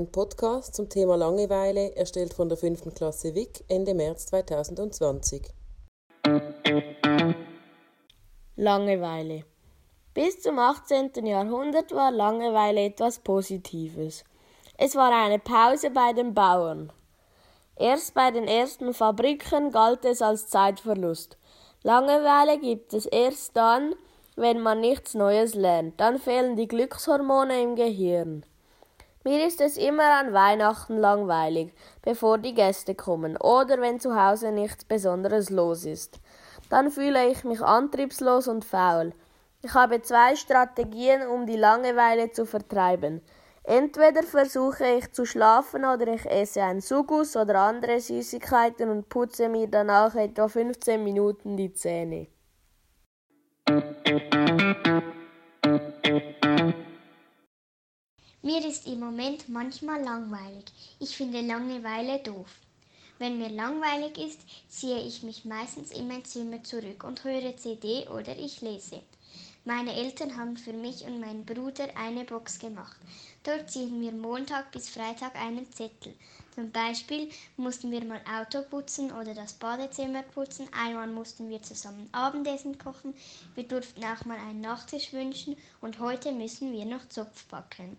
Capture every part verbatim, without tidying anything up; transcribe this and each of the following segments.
ein Podcast zum Thema Langeweile, erstellt von der fünften Klasse Wick Ende März zweitausendzwanzig. Langeweile. Bis zum achtzehnten Jahrhundert war Langeweile etwas Positives. Es war eine Pause bei den Bauern. Erst bei den ersten Fabriken galt es als Zeitverlust. Langeweile gibt es erst dann, wenn man nichts Neues lernt. Dann fehlen die Glückshormone im Gehirn. Mir ist es immer an Weihnachten langweilig, bevor die Gäste kommen oder wenn zu Hause nichts Besonderes los ist. Dann fühle ich mich antriebslos und faul. Ich habe zwei Strategien, um die Langeweile zu vertreiben. Entweder versuche ich zu schlafen oder ich esse ein Sugus oder andere Süßigkeiten und putze mir danach etwa fünfzehn Minuten die Zähne. Mir ist im Moment manchmal langweilig. Ich finde Langeweile doof. Wenn mir langweilig ist, ziehe ich mich meistens in mein Zimmer zurück und höre C D oder ich lese. Meine Eltern haben für mich und meinen Bruder eine Box gemacht. Dort ziehen wir Montag bis Freitag einen Zettel. Zum Beispiel mussten wir mal Auto putzen oder das Badezimmer putzen. Einmal mussten wir zusammen Abendessen kochen. Wir durften auch mal einen Nachtisch wünschen und heute müssen wir noch Zopf backen.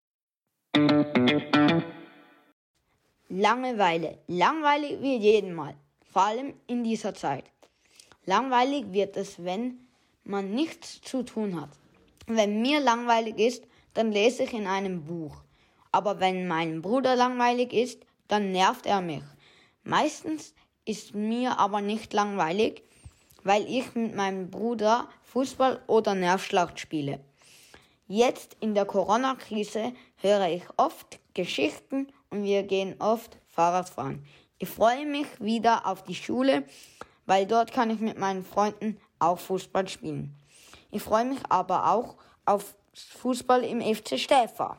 Langeweile. Langweilig wird jedem Mal, vor allem in dieser Zeit. Langweilig wird es, wenn man nichts zu tun hat. Wenn mir langweilig ist, dann lese ich in einem Buch. Aber wenn mein Bruder langweilig ist, dann nervt er mich. Meistens ist mir aber nicht langweilig, weil ich mit meinem Bruder Fußball oder Nervschlacht spiele. Jetzt in der Corona-Krise höre ich oft Geschichten und wir gehen oft Fahrrad fahren. Ich freue mich wieder auf die Schule, weil dort kann ich mit meinen Freunden auch Fußball spielen. Ich freue mich aber auch auf Fußball im F C Stäfa.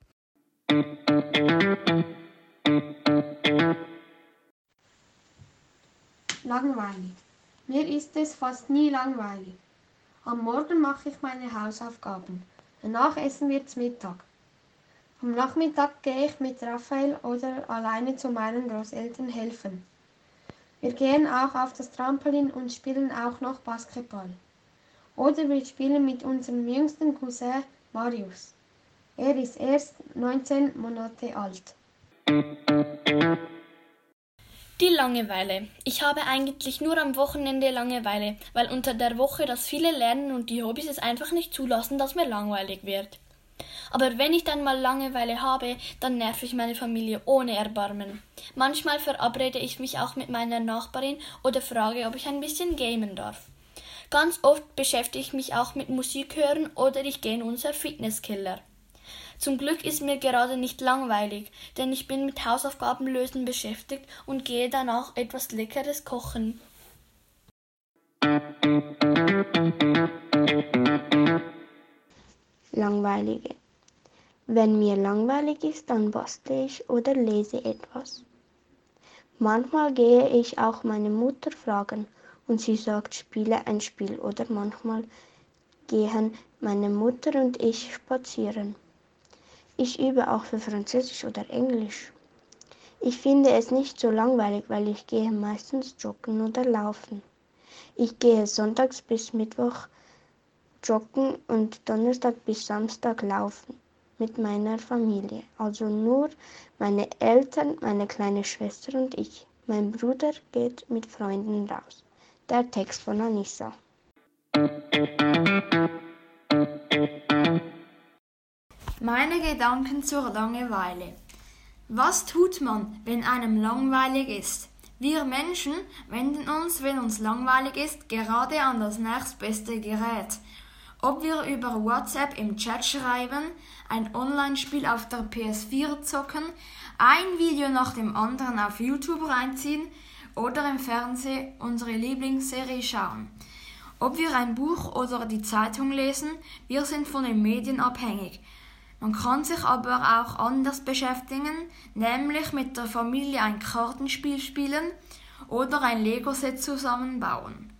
Langweilig. Mir ist es fast nie langweilig. Am Morgen mache ich meine Hausaufgaben. Danach essen wir zu Mittag. Am Nachmittag gehe ich mit Raphael oder alleine zu meinen Großeltern helfen. Wir gehen auch auf das Trampolin und spielen auch noch Basketball. Oder wir spielen mit unserem jüngsten Cousin Marius. Er ist erst neunzehn Monate alt. Die Langeweile. Ich habe eigentlich nur am Wochenende Langeweile, weil unter der Woche das viele Lernen und die Hobbys es einfach nicht zulassen, dass mir langweilig wird. Aber wenn ich dann mal Langeweile habe, dann nerv ich meine Familie ohne Erbarmen. Manchmal verabrede ich mich auch mit meiner Nachbarin oder frage, ob ich ein bisschen gamen darf. Ganz oft beschäftige ich mich auch mit Musik hören oder ich gehe in unser Fitnesskeller. Zum Glück ist mir gerade nicht langweilig, denn ich bin mit Hausaufgaben lösen beschäftigt und gehe danach etwas Leckeres kochen. Langweilige. Wenn mir langweilig ist, dann bastle ich oder lese etwas. Manchmal gehe ich auch meine Mutter fragen und sie sagt, spiele ein Spiel oder manchmal gehen meine Mutter und ich spazieren. Ich übe auch für Französisch oder Englisch. Ich finde es nicht so langweilig, weil ich gehe meistens joggen oder laufen. Ich gehe sonntags bis Mittwoch joggen und Donnerstag bis Samstag laufen mit meiner Familie. Also nur meine Eltern, meine kleine Schwester und ich. Mein Bruder geht mit Freunden raus. Der Text von Anissa. Meine Gedanken zur Langeweile. Was tut man, wenn einem langweilig ist? Wir Menschen wenden uns, wenn uns langweilig ist, gerade an das nächstbeste Gerät. Ob wir über WhatsApp im Chat schreiben, ein Online-Spiel auf der P S vier zocken, ein Video nach dem anderen auf YouTube reinziehen oder im Fernsehen unsere Lieblingsserie schauen. Ob wir ein Buch oder die Zeitung lesen, wir sind von den Medien abhängig. Man kann sich aber auch anders beschäftigen, nämlich mit der Familie ein Kartenspiel spielen oder ein Lego-Set zusammenbauen.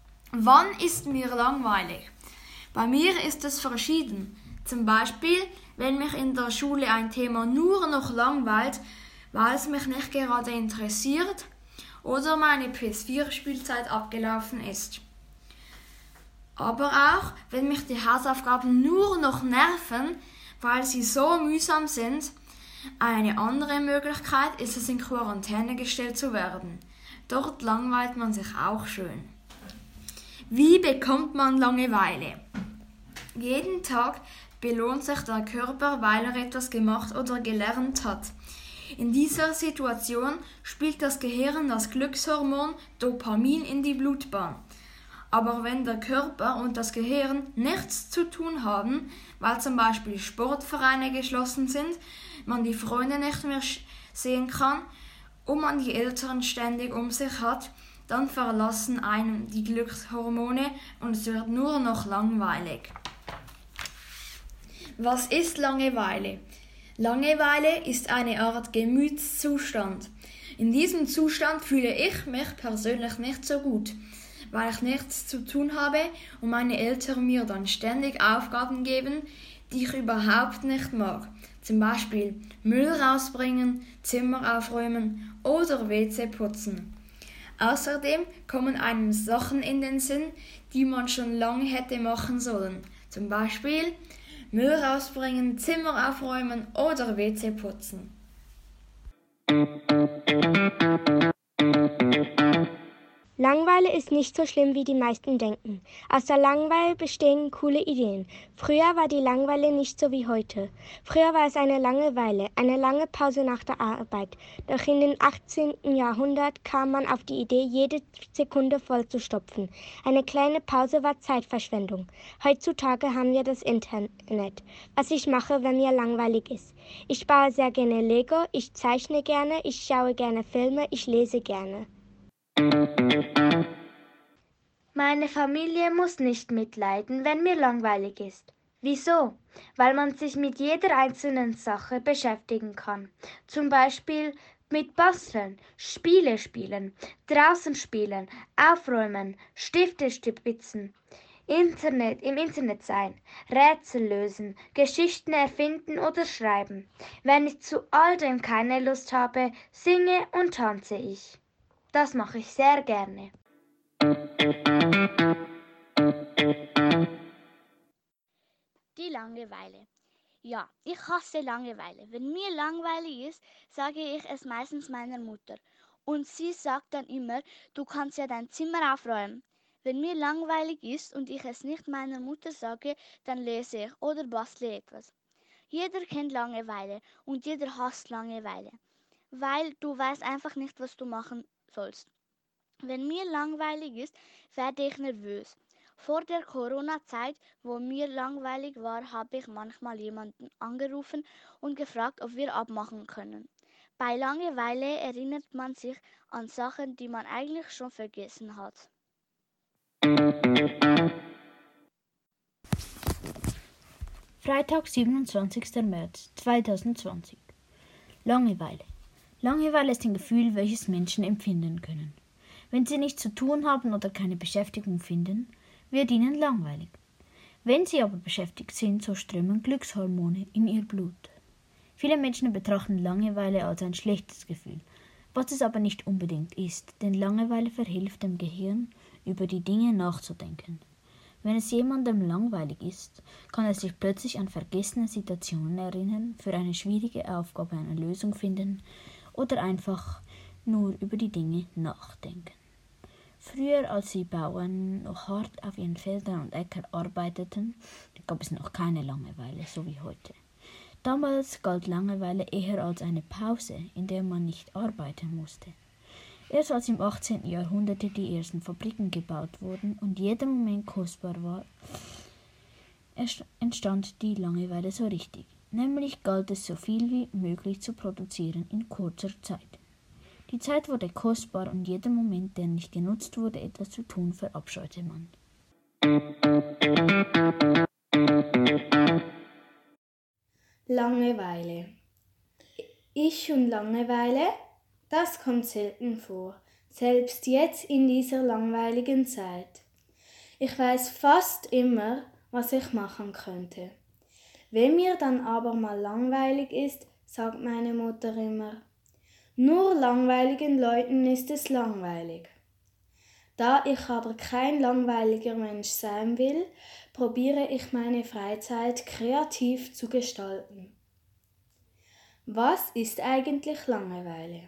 Wann ist mir langweilig? Bei mir ist es verschieden. Zum Beispiel, wenn mich in der Schule ein Thema nur noch langweilt, weil es mich nicht gerade interessiert oder meine P S vier Spielzeit abgelaufen ist. Aber auch, wenn mich die Hausaufgaben nur noch nerven, weil sie so mühsam sind. Eine andere Möglichkeit ist es, in Quarantäne gestellt zu werden. Dort langweilt man sich auch schön. Wie bekommt man Langeweile? Jeden Tag belohnt sich der Körper, weil er etwas gemacht oder gelernt hat. In dieser Situation spielt das Gehirn das Glückshormon Dopamin in die Blutbahn. Aber wenn der Körper und das Gehirn nichts zu tun haben, weil zum Beispiel Sportvereine geschlossen sind, man die Freunde nicht mehr sehen kann und man die Eltern ständig um sich hat, dann verlassen einem die Glückshormone und es wird nur noch langweilig. Was ist Langeweile? Langeweile ist eine Art Gemütszustand. In diesem Zustand fühle ich mich persönlich nicht so gut, weil ich nichts zu tun habe und meine Eltern mir dann ständig Aufgaben geben, die ich überhaupt nicht mag. Zum Beispiel Müll rausbringen, Zimmer aufräumen oder W C putzen. Außerdem kommen einem Sachen in den Sinn, die man schon lange hätte machen sollen. Zum Beispiel Müll rausbringen, Zimmer aufräumen oder W C putzen. Langeweile ist nicht so schlimm, wie die meisten denken. Aus der Langeweile bestehen coole Ideen. Früher war die Langeweile nicht so wie heute. Früher war es eine Langeweile, eine lange Pause nach der Arbeit. Doch in den achtzehnten Jahrhundert kam man auf die Idee, jede Sekunde voll zu stopfen. Eine kleine Pause war Zeitverschwendung. Heutzutage haben wir das Internet. Was ich mache, wenn mir langweilig ist. Ich baue sehr gerne Lego, ich zeichne gerne, ich schaue gerne Filme, ich lese gerne. Meine Familie muss nicht mitleiden, wenn mir langweilig ist. Wieso? Weil man sich mit jeder einzelnen Sache beschäftigen kann. Zum Beispiel mit Basteln, Spiele spielen, draußen spielen, aufräumen, Stifte stibitzen, Internet, im Internet sein, Rätsel lösen, Geschichten erfinden oder schreiben. Wenn ich zu all dem keine Lust habe, singe und tanze ich. Das mache ich sehr gerne. Die Langeweile. Ja, ich hasse Langeweile. Wenn mir langweilig ist, sage ich es meistens meiner Mutter. Und sie sagt dann immer, du kannst ja dein Zimmer aufräumen. Wenn mir langweilig ist und ich es nicht meiner Mutter sage, dann lese ich oder bastle etwas. Jeder kennt Langeweile und jeder hasst Langeweile, weil du weißt einfach nicht, was du machen sollst. Wenn mir langweilig ist, werde ich nervös. Vor der Corona-Zeit, wo mir langweilig war, habe ich manchmal jemanden angerufen und gefragt, ob wir abmachen können. Bei Langeweile erinnert man sich an Sachen, die man eigentlich schon vergessen hat. Freitag, siebenundzwanzigster März zweitausendzwanzig. Langeweile. Langeweile ist ein Gefühl, welches Menschen empfinden können. Wenn sie nichts zu tun haben oder keine Beschäftigung finden, wird ihnen langweilig. Wenn sie aber beschäftigt sind, so strömen Glückshormone in ihr Blut. Viele Menschen betrachten Langeweile als ein schlechtes Gefühl, was es aber nicht unbedingt ist, denn Langeweile verhilft dem Gehirn, über die Dinge nachzudenken. Wenn es jemandem langweilig ist, kann er sich plötzlich an vergessene Situationen erinnern, für eine schwierige Aufgabe eine Lösung finden oder einfach nur über die Dinge nachdenken. Früher, als die Bauern noch hart auf ihren Feldern und Äckern arbeiteten, gab es noch keine Langeweile, so wie heute. Damals galt Langeweile eher als eine Pause, in der man nicht arbeiten musste. Erst als im achtzehnten Jahrhundert die ersten Fabriken gebaut wurden und jeder Moment kostbar war, entstand die Langeweile so richtig. Nämlich galt es, so viel wie möglich zu produzieren in kurzer Zeit. Die Zeit wurde kostbar und jeder Moment, der nicht genutzt wurde, etwas zu tun, verabscheute man. Langeweile. Ich und Langeweile? Das kommt selten vor, selbst jetzt in dieser langweiligen Zeit. Ich weiß fast immer, was ich machen könnte. Wenn mir dann aber mal langweilig ist, sagt meine Mutter immer, nur langweiligen Leuten ist es langweilig. Da ich aber kein langweiliger Mensch sein will, probiere ich meine Freizeit kreativ zu gestalten. Was ist eigentlich Langeweile?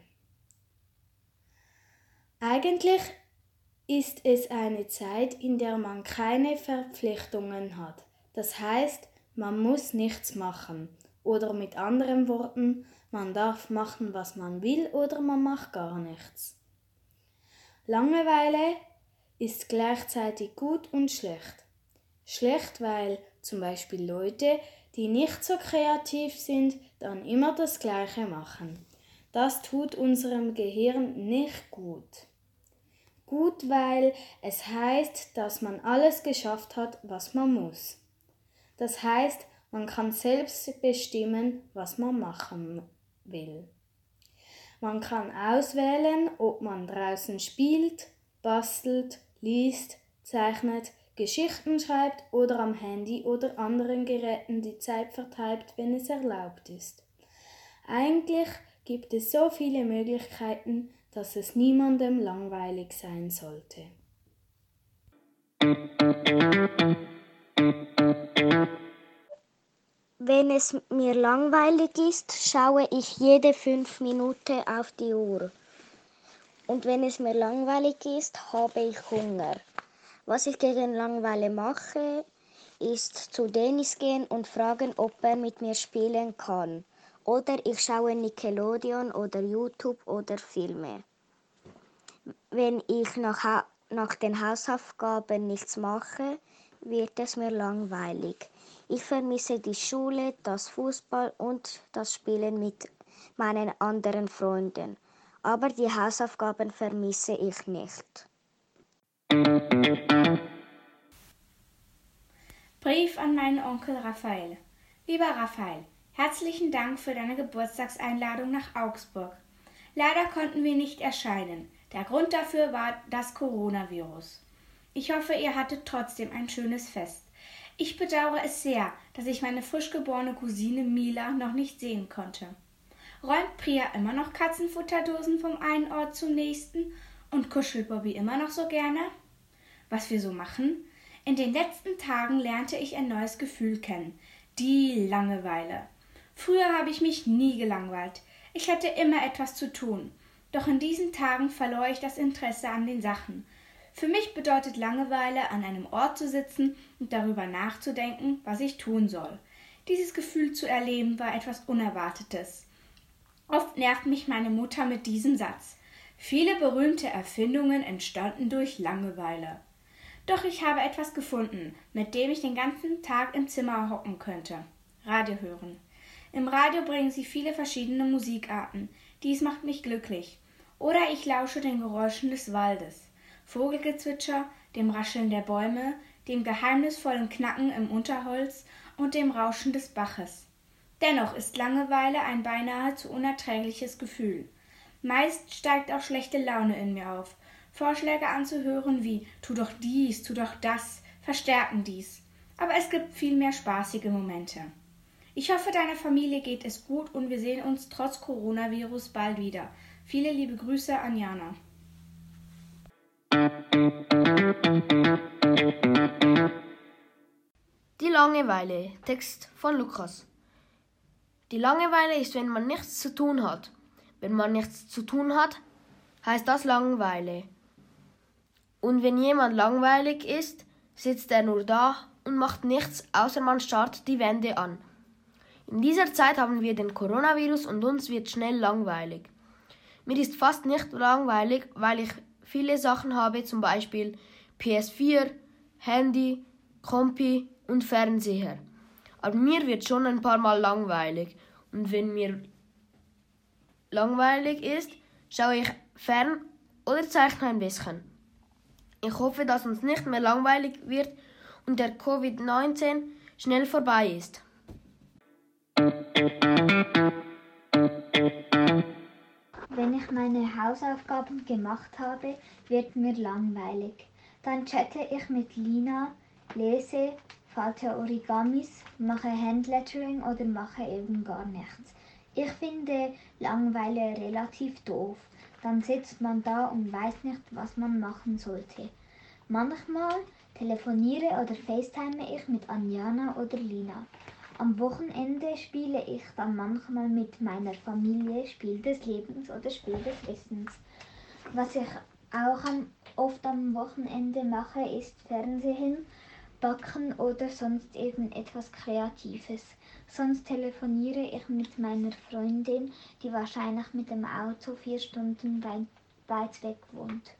Eigentlich ist es eine Zeit, in der man keine Verpflichtungen hat. Das heißt, man muss nichts machen. Oder mit anderen Worten, man darf machen, was man will oder man macht gar nichts. Langeweile ist gleichzeitig gut und schlecht. Schlecht, weil zum Beispiel Leute, die nicht so kreativ sind, dann immer das Gleiche machen. Das tut unserem Gehirn nicht gut. Gut, weil es heißt, dass man alles geschafft hat, was man muss. Das heißt, man kann selbst bestimmen, was man machen will. Man kann auswählen, ob man draußen spielt, bastelt, liest, zeichnet, Geschichten schreibt oder am Handy oder anderen Geräten die Zeit vertreibt, wenn es erlaubt ist. Eigentlich gibt es so viele Möglichkeiten, dass es niemandem langweilig sein sollte. Wenn es mir langweilig ist, schaue ich jede fünf Minuten auf die Uhr. Und wenn es mir langweilig ist, habe ich Hunger. Was ich gegen Langeweile mache, ist zu Dennis gehen und fragen, ob er mit mir spielen kann. Oder ich schaue Nickelodeon oder YouTube oder Filme. Wenn ich nach, nach den Hausaufgaben nichts mache, wird es mir langweilig. Ich vermisse die Schule, das Fußball und das Spielen mit meinen anderen Freunden. Aber die Hausaufgaben vermisse ich nicht. Brief an meinen Onkel Raphael. Lieber Raphael, herzlichen Dank für deine Geburtstagseinladung nach Augsburg. Leider konnten wir nicht erscheinen. Der Grund dafür war das Coronavirus. Ich hoffe, ihr hattet trotzdem ein schönes Fest. Ich bedauere es sehr, dass ich meine frisch geborene Cousine Mila noch nicht sehen konnte. Räumt Priya immer noch Katzenfutterdosen vom einen Ort zum nächsten und kuschelt Bobby immer noch so gerne? Was wir so machen? In den letzten Tagen lernte ich ein neues Gefühl kennen. Die Langeweile. Früher habe ich mich nie gelangweilt. Ich hatte immer etwas zu tun. Doch in diesen Tagen verlor ich das Interesse an den Sachen. Für mich bedeutet Langeweile, an einem Ort zu sitzen und darüber nachzudenken, was ich tun soll. Dieses Gefühl zu erleben war etwas Unerwartetes. Oft nervt mich meine Mutter mit diesem Satz. Viele berühmte Erfindungen entstanden durch Langeweile. Doch ich habe etwas gefunden, mit dem ich den ganzen Tag im Zimmer hocken könnte. Radio hören. Im Radio bringen sie viele verschiedene Musikarten. Dies macht mich glücklich. Oder ich lausche den Geräuschen des Waldes. Vogelgezwitscher, dem Rascheln der Bäume, dem geheimnisvollen Knacken im Unterholz und dem Rauschen des Baches. Dennoch ist Langeweile ein beinahe zu unerträgliches Gefühl. Meist steigt auch schlechte Laune in mir auf. Vorschläge anzuhören wie »Tu doch dies, tu doch das« verstärken dies. Aber es gibt viel mehr spaßige Momente. Ich hoffe, deiner Familie geht es gut und wir sehen uns trotz Coronavirus bald wieder. Viele liebe Grüße an Jana. Die Langeweile. Text von Lukas. Die Langeweile ist, wenn man nichts zu tun hat. Wenn man nichts zu tun hat, heißt das Langeweile. Und wenn jemand langweilig ist, sitzt er nur da und macht nichts, außer man starrt die Wände an. In dieser Zeit haben wir den Coronavirus und uns wird schnell langweilig. Mir ist fast nicht langweilig, weil ich viele Sachen habe, zum Beispiel P S vier, Handy, Kompi und Fernseher. Aber mir wird schon ein paar Mal langweilig. Und wenn mir langweilig ist, schaue ich fern oder zeichne ein bisschen. Ich hoffe, dass uns nicht mehr langweilig wird und der Covid neunzehn schnell vorbei ist. Wenn ich meine Hausaufgaben gemacht habe, wird mir langweilig. Dann chatte ich mit Lina, lese, falte Origamis, mache Handlettering oder mache eben gar nichts. Ich finde Langeweile relativ doof. Dann sitzt man da und weiß nicht, was man machen sollte. Manchmal telefoniere oder FaceTime ich mit Anjana oder Lina. Am Wochenende spiele ich dann manchmal mit meiner Familie Spiel des Lebens oder Spiel des Wissens. Was ich auch am, oft am Wochenende mache, ist Fernsehen, Backen oder sonst irgendetwas Kreatives. Sonst telefoniere ich mit meiner Freundin, die wahrscheinlich mit dem Auto vier Stunden weit, weit weg wohnt.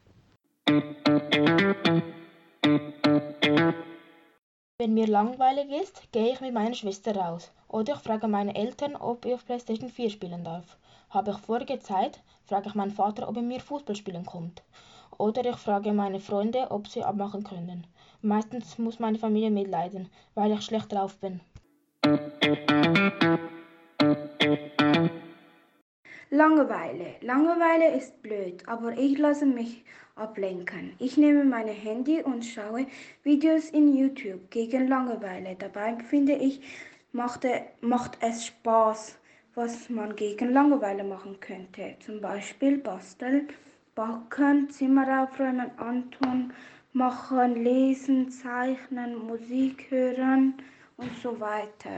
Wenn mir langweilig ist, gehe ich mit meiner Schwester raus. Oder ich frage meine Eltern, ob ich auf PlayStation vier spielen darf. Habe ich vorige Zeit, frage ich meinen Vater, ob er mir Fußball spielen kommt. Oder ich frage meine Freunde, ob sie abmachen können. Meistens muss meine Familie mitleiden, weil ich schlecht drauf bin. Langeweile. Langeweile ist blöd, aber ich lasse mich ablenken. Ich nehme mein Handy und schaue Videos in YouTube gegen Langeweile. Dabei finde ich, macht, macht es Spaß, was man gegen Langeweile machen könnte. Zum Beispiel basteln, backen, Zimmer aufräumen, Anton machen, lesen, zeichnen, Musik hören und so weiter.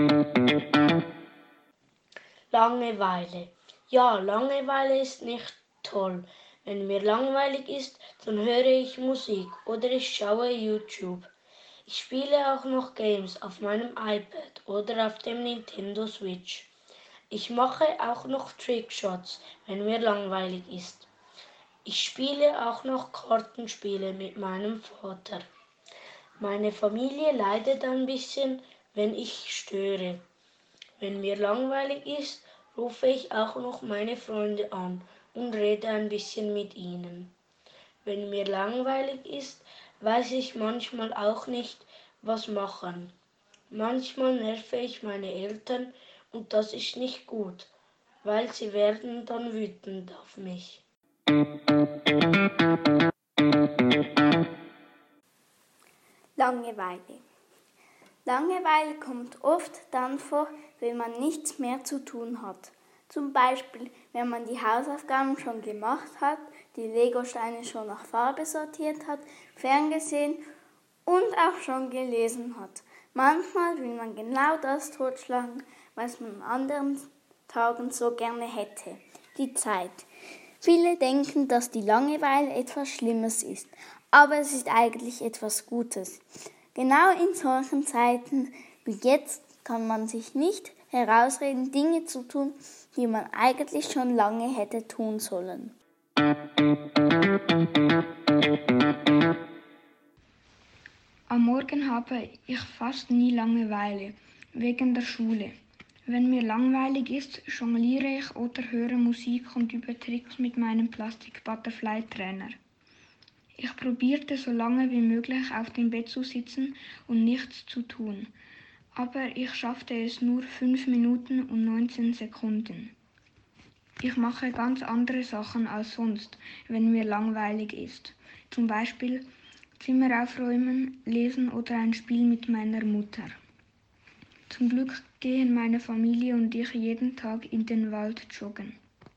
Langeweile. Ja, Langeweile ist nicht toll. Wenn mir langweilig ist, dann höre ich Musik oder ich schaue YouTube. Ich spiele auch noch Games auf meinem iPad oder auf dem Nintendo Switch. Ich mache auch noch Trickshots, wenn mir langweilig ist. Ich spiele auch noch Kartenspiele mit meinem Vater. Meine Familie leidet ein bisschen, wenn ich störe. Wenn mir langweilig ist, rufe ich auch noch meine Freunde an und rede ein bisschen mit ihnen. Wenn mir langweilig ist, weiß ich manchmal auch nicht, was machen. Manchmal nerve ich meine Eltern und das ist nicht gut, weil sie werden dann wütend auf mich. Langeweile. Langeweile kommt oft dann vor, wenn man nichts mehr zu tun hat. Zum Beispiel, wenn man die Hausaufgaben schon gemacht hat, die Legosteine schon nach Farbe sortiert hat, ferngesehen und auch schon gelesen hat. Manchmal will man genau das totschlagen, was man an anderen Tagen so gerne hätte. Die Zeit. Viele denken, dass die Langeweile etwas Schlimmes ist, aber es ist eigentlich etwas Gutes. Genau in solchen Zeiten wie jetzt kann man sich nicht herausreden, Dinge zu tun, die man eigentlich schon lange hätte tun sollen. Am Morgen habe ich fast nie Langeweile, wegen der Schule. Wenn mir langweilig ist, jongliere ich oder höre Musik und übe Tricks mit meinem Plastik-Butterfly-Trainer. Ich probierte so lange wie möglich auf dem Bett zu sitzen und nichts zu tun, aber ich schaffte es nur fünf Minuten und neunzehn Sekunden. Ich mache ganz andere Sachen als sonst, wenn mir langweilig ist. Zum Beispiel Zimmer aufräumen, lesen oder ein Spiel mit meiner Mutter. Zum Glück gehen meine Familie und ich jeden Tag in den Wald joggen.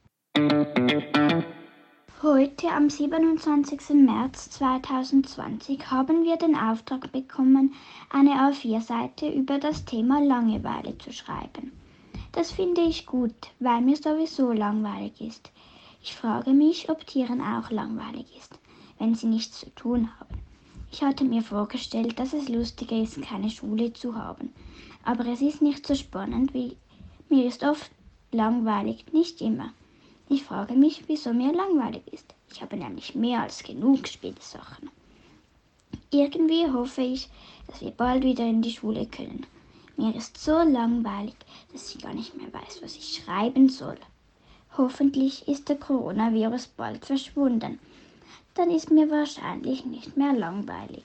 Heute, am siebenundzwanzigsten März zweitausendzwanzig, haben wir den Auftrag bekommen, eine A vier Seite über das Thema Langeweile zu schreiben. Das finde ich gut, weil mir sowieso langweilig ist. Ich frage mich, ob Tieren auch langweilig ist, wenn sie nichts zu tun haben. Ich hatte mir vorgestellt, dass es lustiger ist, keine Schule zu haben. Aber es ist nicht so spannend, wie mir ist oft langweilig, nicht immer. Ich frage mich, wieso mir langweilig ist. Ich habe nämlich mehr als genug Spielsachen. Irgendwie hoffe ich, dass wir bald wieder in die Schule können. Mir ist so langweilig, dass ich gar nicht mehr weiß, was ich schreiben soll. Hoffentlich ist der Coronavirus bald verschwunden. Dann ist mir wahrscheinlich nicht mehr langweilig.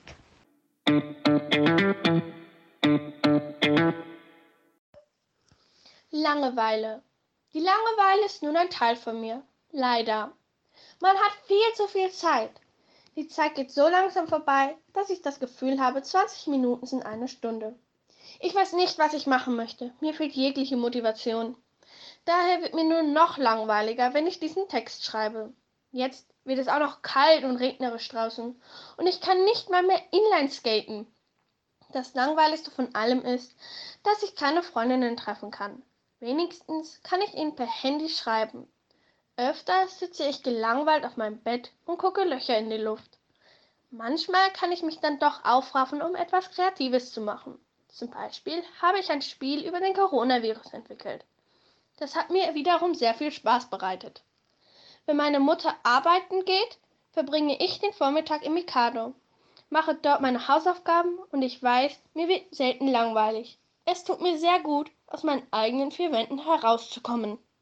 Langeweile. Die Langeweile ist nun ein Teil von mir. Leider. Man hat viel zu viel Zeit. Die Zeit geht so langsam vorbei, dass ich das Gefühl habe, zwanzig Minuten sind eine Stunde. Ich weiß nicht, was ich machen möchte. Mir fehlt jegliche Motivation. Daher wird mir nur noch langweiliger, wenn ich diesen Text schreibe. Jetzt wird es auch noch kalt und regnerisch draußen und ich kann nicht mal mehr Inline skaten. Das Langweiligste von allem ist, dass ich keine Freundinnen treffen kann. Wenigstens kann ich ihnen per Handy schreiben. Öfter sitze ich gelangweilt auf meinem Bett und gucke Löcher in die Luft. Manchmal kann ich mich dann doch aufraffen, um etwas Kreatives zu machen. Zum Beispiel habe ich ein Spiel über den Coronavirus entwickelt. Das hat mir wiederum sehr viel Spaß bereitet. Wenn meine Mutter arbeiten geht, verbringe ich den Vormittag im Mikado, mache dort meine Hausaufgaben und ich weiß, mir wird selten langweilig. Es tut mir sehr gut, aus meinen eigenen vier Wänden herauszukommen.